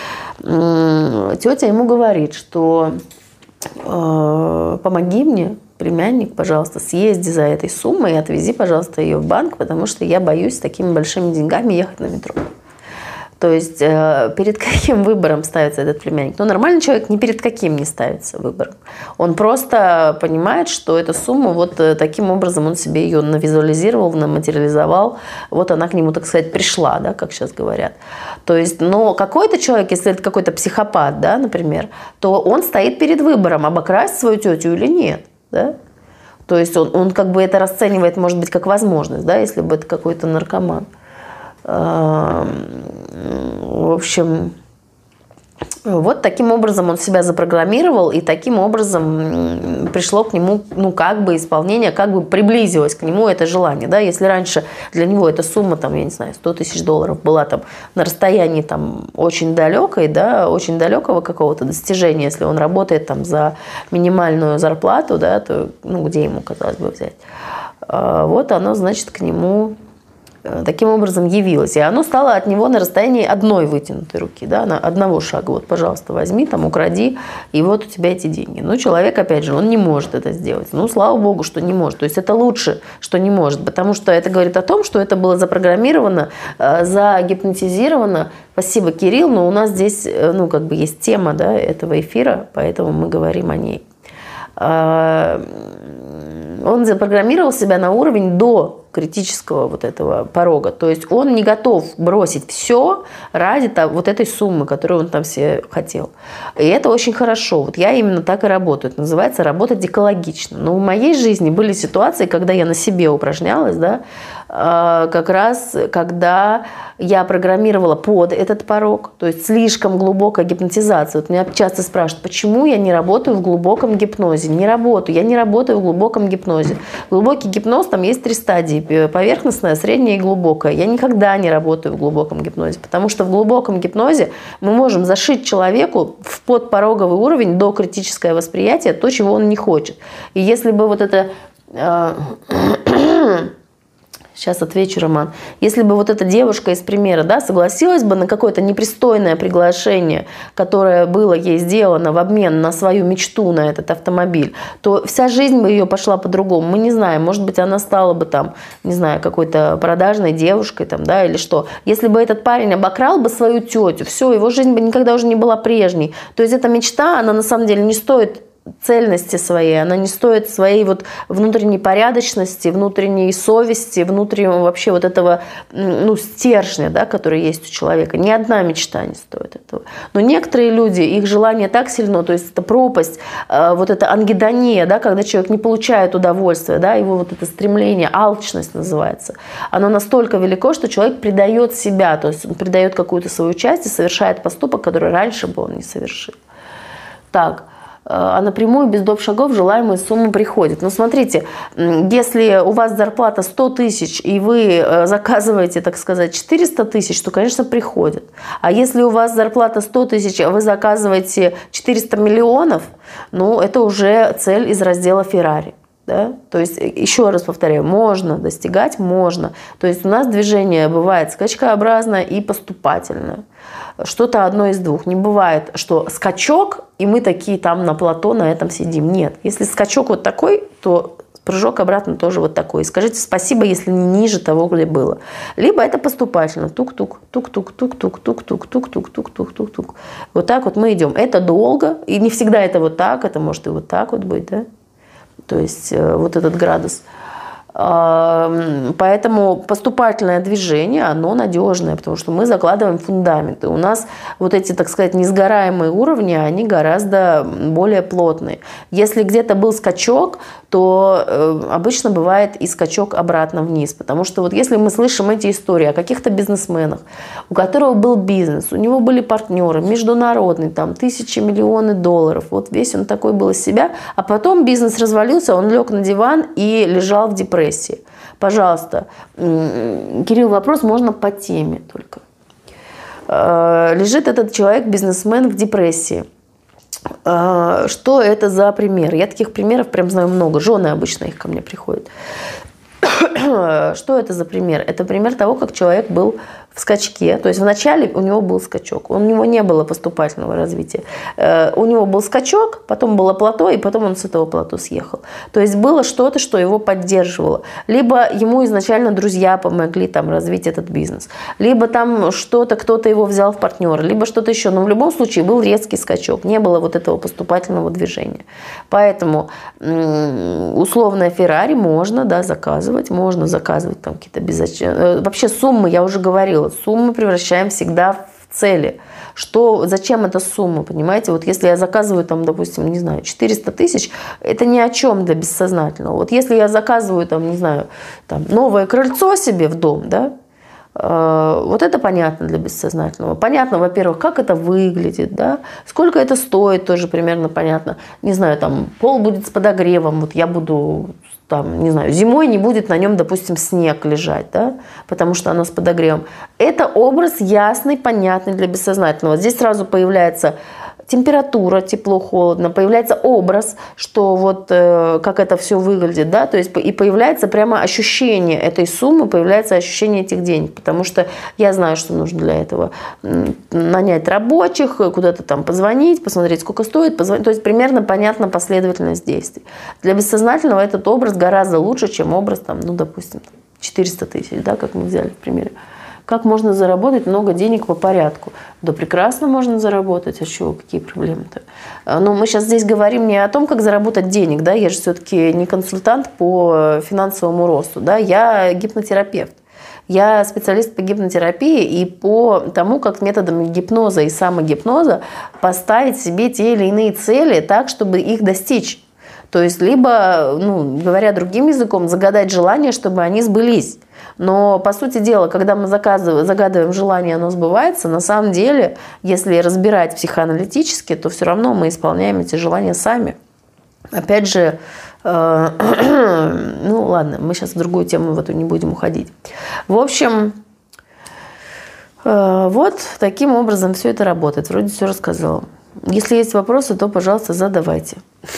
Тетя ему говорит, что э, помоги мне, племянник, пожалуйста, съезди за этой суммой и отвези, пожалуйста, ее в банк, потому что я боюсь с такими большими деньгами ехать на метро. То есть перед каким выбором ставится этот племянник? Ну, нормальный человек ни перед каким не ставится выбором. Он просто понимает, что эту сумму вот таким образом он себе ее навизуализировал, наматериализовал. Вот она к нему, так сказать, пришла, да, как сейчас говорят. То есть, но какой-то человек, если это какой-то психопат, да, например, то он стоит перед выбором, обокрасть свою тетю или нет, да? То есть он, он как бы это расценивает, может быть, как возможность, да, если бы это какой-то наркоман. В общем, вот таким образом он себя запрограммировал, и таким образом пришло к нему, ну, как бы исполнение, как бы приблизилось к нему это желание, да, если раньше для него эта сумма, там, я не знаю, сто тысяч долларов была там на расстоянии там очень далекой, да, очень далекого какого-то достижения, если он работает там за минимальную зарплату, да, то, ну, где ему, казалось бы, взять, вот оно, значит, к нему таким образом явилось. И оно стало от него на расстоянии одной вытянутой руки, да, на одного шага. Вот, пожалуйста, возьми, там, укради, и вот у тебя эти деньги. Но человек, опять же, он не может это сделать. Ну, слава богу, что не может. То есть это лучше, что не может, потому что это говорит о том, что это было запрограммировано, загипнотизировано. Спасибо, Кирилл, но у нас здесь, ну, как бы есть тема, да, этого эфира, поэтому мы говорим о ней. Он запрограммировал себя на уровень до критического вот этого порога. То есть он не готов бросить все ради того, вот этой суммы, которую он там себе хотел. И это очень хорошо. Вот я именно так и работаю. Это называется работать экологично. Но в моей жизни были ситуации, когда я на себе упражнялась, да, как раз когда я программировала под этот порог, то есть слишком глубокая гипнотизация. Вот меня часто спрашивают, почему я не работаю в глубоком гипнозе? Не работаю. Я не работаю в глубоком гипнозе. Глубокий гипноз, там есть три стадии. Поверхностная, средняя и глубокая. Я никогда не работаю в глубоком гипнозе, потому что в глубоком гипнозе мы можем зашить человеку в подпороговый уровень до критическое восприятие то, чего он не хочет. И если бы вот это... Сейчас отвечу, Роман. Если бы вот эта девушка из примера, да, согласилась бы на какое-то непристойное приглашение, которое было ей сделано в обмен на свою мечту на этот автомобиль, то вся жизнь бы ее пошла по-другому. Мы не знаем, может быть, она стала бы там, не знаю, какой-то продажной девушкой там, да, или что. Если бы этот парень обокрал бы свою тетю, все, его жизнь бы никогда уже не была прежней. То есть эта мечта, она на самом деле не стоит цельности своей, она не стоит своей вот внутренней порядочности, внутренней совести, внутреннего вообще вот этого, ну, стержня, да, который есть у человека. Ни одна мечта не стоит этого. Но некоторые люди, их желание так сильно, то есть это пропасть, вот это ангидония, да, когда человек не получает удовольствия, да, его вот это стремление, алчность называется, оно настолько велико, что человек предает себя, то есть он предает какую-то свою часть и совершает поступок, который раньше бы он не совершил. Так. А напрямую без доп. Шагов желаемая сумма приходит. Но смотрите, если у вас зарплата сто тысяч, и вы заказываете, так сказать, четыреста тысяч, то, конечно, приходит. А если у вас зарплата сто тысяч, а вы заказываете четыреста миллионов, ну, это уже цель из раздела Феррари. Да? То есть, еще раз повторяю, можно достигать, можно. То есть у нас движение бывает скачкообразное и поступательное. Что-то одно из двух. Не бывает, что скачок, и мы такие там на плато на этом сидим. Нет. Если скачок вот такой, то прыжок обратно тоже вот такой. И скажите спасибо, если не ниже того, где было. Либо это поступательно. Тук-тук, тук-тук, тук-тук, тук-тук, тук-тук, тук-тук, тук-тук. Вот так вот мы идем. Это долго, и не всегда это вот так, это может и вот так вот быть, да? То есть вот этот градус. Поэтому поступательное движение, оно надежное, потому что мы закладываем фундаменты. У нас вот эти, так сказать, несгораемые уровни, они гораздо более плотные. Если где-то был скачок, то обычно бывает и скачок обратно вниз. Потому что вот если мы слышим эти истории о каких-то бизнесменах, у которого был бизнес, у него были партнеры, международные, там тысячи, миллионы долларов, вот весь он такой был из себя, а потом бизнес развалился, он лег на диван и лежал в депрессии. Пожалуйста, Кирилл, вопрос можно по теме только. Лежит этот человек, бизнесмен, в депрессии. Что это за пример? Я таких примеров прям знаю много. Жены обычно их ко мне приходят. Что это за пример? Это пример того, как человек был в скачке. То есть вначале у него был скачок, у него не было поступательного развития. У него был скачок, потом было плато, и потом он с этого плато съехал. То есть было что-то, что его поддерживало. Либо ему изначально друзья помогли там развить этот бизнес, либо там что-то, кто-то его взял в партнеры, либо что-то еще. Но в любом случае был резкий скачок, не было вот этого поступательного движения. Поэтому условное Феррари можно, да, заказывать, можно заказывать там какие-то беззачемные. Вообще суммы, я уже говорила, суммы превращаем всегда в цели. Что, зачем эта сумма, понимаете? Вот если я заказываю там, допустим, не знаю, четыреста тысяч, это ни о чем для бессознательного. Вот если я заказываю там, не знаю, там, новое крыльцо себе в дом, да, э, вот это понятно для бессознательного. Понятно, во-первых, как это выглядит, да, сколько это стоит, тоже примерно понятно. Не знаю, там, пол будет с подогревом, вот я буду... Там, не знаю, зимой не будет на нем, допустим, снег лежать, да, потому что оно с подогревом. Это образ ясный, понятный для бессознательного. Здесь сразу появляется температура, тепло, холодно, появляется образ, что вот э, как это все выглядит, да, то есть и появляется прямо ощущение этой суммы, появляется ощущение этих денег, потому что я знаю, что нужно для этого нанять рабочих, куда-то там позвонить, посмотреть, сколько стоит, позвонить, то есть примерно понятна последовательность действий. Для бессознательного этот образ гораздо лучше, чем образ, там, ну, допустим, четыреста тысяч, да, как мы взяли в примере. Как можно заработать много денег по порядку? Да прекрасно можно заработать. А чего, какие проблемы-то? Но мы сейчас здесь говорим не о том, как заработать денег. Да? Я же все-таки не консультант по финансовому росту. Да? Я гипнотерапевт. Я специалист по гипнотерапии и по тому, как методами гипноза и самогипноза поставить себе те или иные цели так, чтобы их достичь. То есть, либо, ну, говоря другим языком, загадать желание, чтобы они сбылись. Но, по сути дела, когда мы загадываем желание, оно сбывается, на самом деле, если разбирать психоаналитически, то все равно мы исполняем эти желания сами. Опять же, э, ну ладно, мы сейчас в другую тему в эту не будем уходить. В общем, э, вот таким образом все это работает. Вроде все рассказала. Если есть вопросы, то, пожалуйста, задавайте.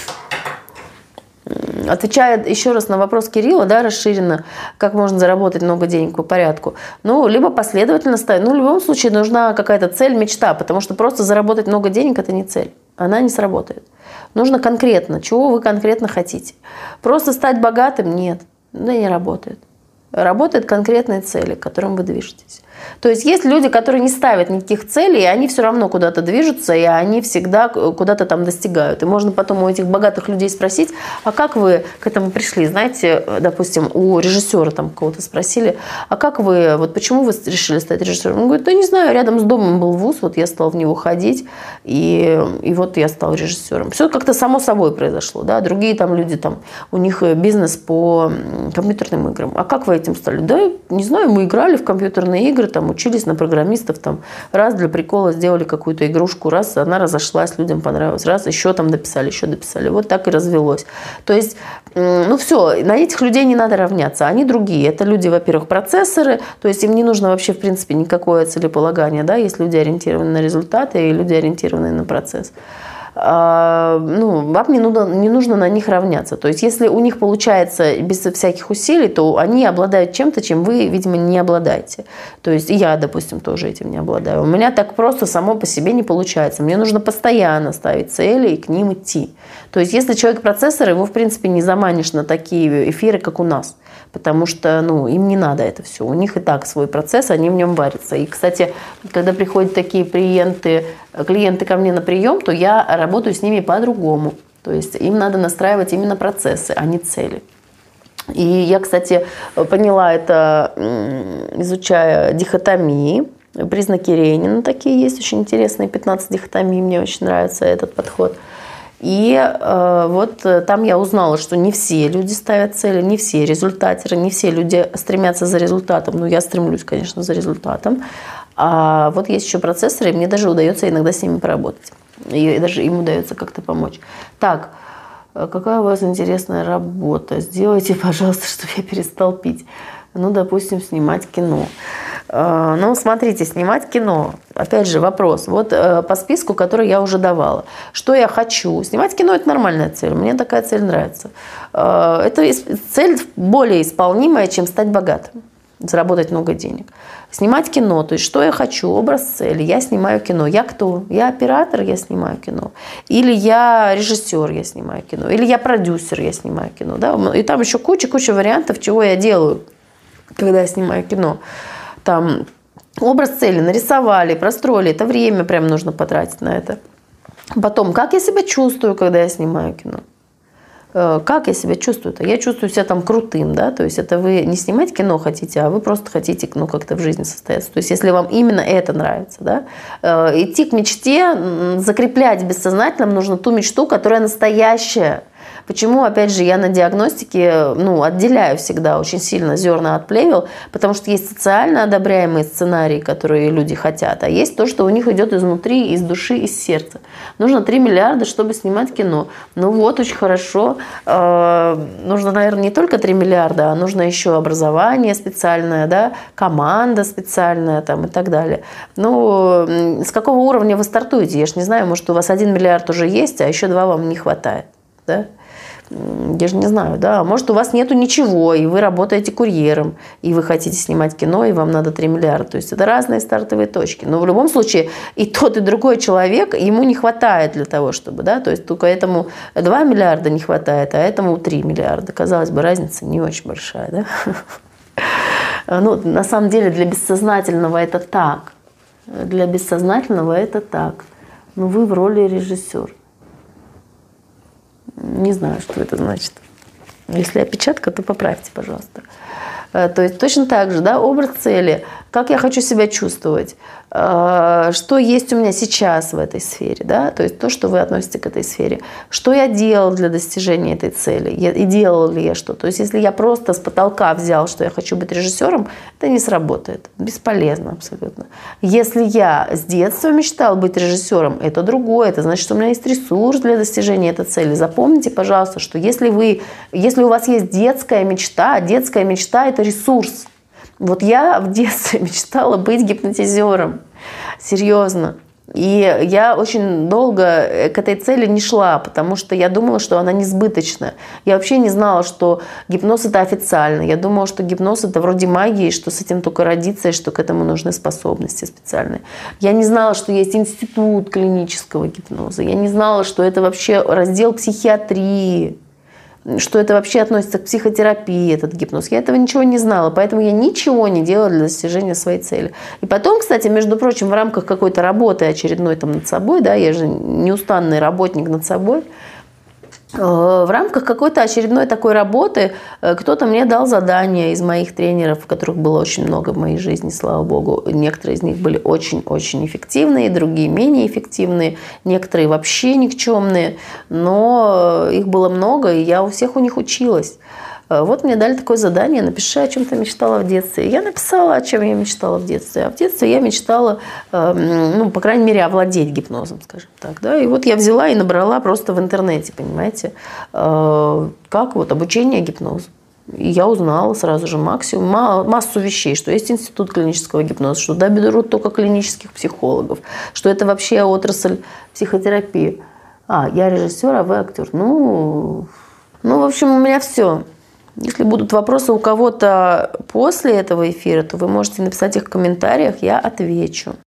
Отвечая еще раз на вопрос Кирилла, да, расширенно, как можно заработать много денег по порядку. Ну, либо последовательно ставить. Ну, в любом случае нужна какая-то цель, мечта, потому что просто заработать много денег – это не цель. Она не сработает. Нужно конкретно, чего вы конкретно хотите. Просто стать богатым – нет, да не работает. Работают конкретные цели, к которым вы движетесь. То есть есть люди, которые не ставят никаких целей, и они все равно куда-то движутся, и они всегда куда-то там достигают. И можно потом у этих богатых людей спросить, а как вы к этому пришли? Знаете, допустим, у режиссера там кого-то спросили, а как вы, вот почему вы решили стать режиссером? Он говорит, да не знаю, рядом с домом был вуз, вот я стал в него ходить, и, и вот я стал режиссером. Все как-то само собой произошло, да. Другие там люди, там, у них бизнес по компьютерным играм. А как вы этим стали? Да, не знаю, мы играли в компьютерные игры, там, учились на программистов, там, раз для прикола сделали какую-то игрушку, раз она разошлась, людям понравилась, раз еще там дописали, еще дописали. Вот так и развелось. То есть, ну все, на этих людей не надо равняться, они другие. Это люди, во-первых, процессоры, то есть им не нужно вообще, в принципе, никакое целеполагание, да, есть люди, ориентированные на результаты, и люди, ориентированные на процесс. Ну, вам не нужно, не нужно на них равняться. То есть, если у них получается без всяких усилий, то они обладают чем-то, чем вы, видимо, не обладаете. То есть, я, допустим, тоже этим не обладаю. У меня так просто само по себе не получается. Мне нужно постоянно ставить цели и к ним идти. То есть, если человек процессор, его, в принципе, не заманишь на такие эфиры, как у нас. Потому что, ну, им не надо это все. У них и так свой процесс, они в нем варятся. И, кстати, когда приходят такие клиенты, клиенты ко мне на прием, то я работаю с ними по-другому. То есть им надо настраивать именно процессы, а не цели. И я, кстати, поняла это, изучая дихотомии. Признаки Рейнина такие есть, очень интересные, пятнадцать дихотомий. Мне очень нравится этот подход. И э, вот там я узнала, что не все люди ставят цели, не все результаторы, не все люди стремятся за результатом. Ну, я стремлюсь, конечно, за результатом. А вот есть еще процессоры, и мне даже удается иногда с ними поработать. И даже им удается как-то помочь. Так, какая у вас интересная работа? Сделайте, пожалуйста, чтобы я перестал пить. Ну, допустим, снимать кино. Ну, смотрите, снимать кино. Опять же, вопрос. Вот по списку, который я уже давала. Что я хочу? Снимать кино – это нормальная цель. Мне такая цель нравится. Это цель более исполнимая, чем стать богатым, заработать много денег. Снимать кино, то есть что я хочу, образ цели, я снимаю кино. Я кто? Я оператор, я снимаю кино. Или я режиссер, я снимаю кино. Или я продюсер, я снимаю кино. Да? И там еще куча-куча вариантов, чего я делаю, когда я снимаю кино. Там образ цели нарисовали, простроили, это время прям нужно потратить на это. Потом, как я себя чувствую, когда я снимаю кино. Как я себя чувствую-то? Я чувствую себя там крутым, да, то есть это вы не снимать кино хотите, а вы просто хотите, ну, как-то в жизни состояться. То есть если вам именно это нравится, да, идти к мечте, закреплять в бессознательном нужно ту мечту, которая настоящая. Почему, опять же, я на диагностике, ну, отделяю всегда очень сильно зерна от плевел, потому что есть социально одобряемые сценарии, которые люди хотят, а есть то, что у них идет изнутри, из души, из сердца. Нужно три миллиарда, чтобы снимать кино. Ну вот, очень хорошо. Нужно, наверное, не только три миллиарда, а нужно еще образование специальное, да, команда специальная там, и так далее. Ну, с какого уровня вы стартуете? Я же не знаю, может, у вас один миллиард уже есть, а еще два вам не хватает. Да? Я же не знаю, да. Может, у вас нету ничего, и вы работаете курьером, и вы хотите снимать кино, и вам надо три миллиарда. То есть это разные стартовые точки. Но в любом случае и тот, и другой человек, ему не хватает для того, чтобы, да, то есть только этому два миллиарда не хватает, а этому три миллиарда. Казалось бы, разница не очень большая, да. Ну, на самом деле для бессознательного это так. Для бессознательного это так. Но вы в роли режиссера. Не знаю, что это значит. Если опечатка, то поправьте, пожалуйста. То есть точно так же, да, образ цели, как я хочу себя чувствовать, что есть у меня сейчас в этой сфере, да, то есть то, что вы относите к этой сфере, что я делал для достижения этой цели, и делал ли я что. То есть если я просто с потолка взял, что я хочу быть режиссером, это не сработает, бесполезно абсолютно. Если я с детства мечтал быть режиссером, это другое, это значит, что у меня есть ресурс для достижения этой цели. Запомните, пожалуйста, что если вы, если у вас есть детская мечта, детская мечта – это ресурс. Вот я в детстве мечтала быть гипнотизером. Серьезно. И я очень долго к этой цели не шла, потому что я думала, что она несбыточна. Я вообще не знала, что гипноз – это официально. Я думала, что гипноз – это вроде магии, что с этим только родиться, и что к этому нужны способности специальные. Я не знала, что есть институт клинического гипноза. Я не знала, что это вообще раздел психиатрии, что это вообще относится к психотерапии, этот гипноз. Я этого ничего не знала, поэтому я ничего не делала для достижения своей цели. И потом, кстати, между прочим, в рамках какой-то работы очередной там над собой, да, я же неустанный работник над собой, в рамках какой-то очередной такой работы кто-то мне дал задание из моих тренеров, которых было очень много в моей жизни, слава богу. Некоторые из них были очень-очень эффективные, другие менее эффективные, некоторые вообще никчемные, но их было много, и я у всех у них училась. Вот мне дали такое задание: напиши, о чем ты мечтала в детстве. Я написала, о чем я мечтала в детстве. А в детстве я мечтала, ну, по крайней мере, овладеть гипнозом, скажем так. Да? И вот я взяла и набрала просто в интернете, понимаете, как вот обучение гипнозу. И я узнала сразу же максимум, массу вещей, что есть институт клинического гипноза, что туда берут только клинических психологов, что это вообще отрасль психотерапии. А, я режиссер, а вы актер. Ну, ну, в общем, у меня все. Если будут вопросы у кого-то после этого эфира, то вы можете написать их в комментариях, я отвечу.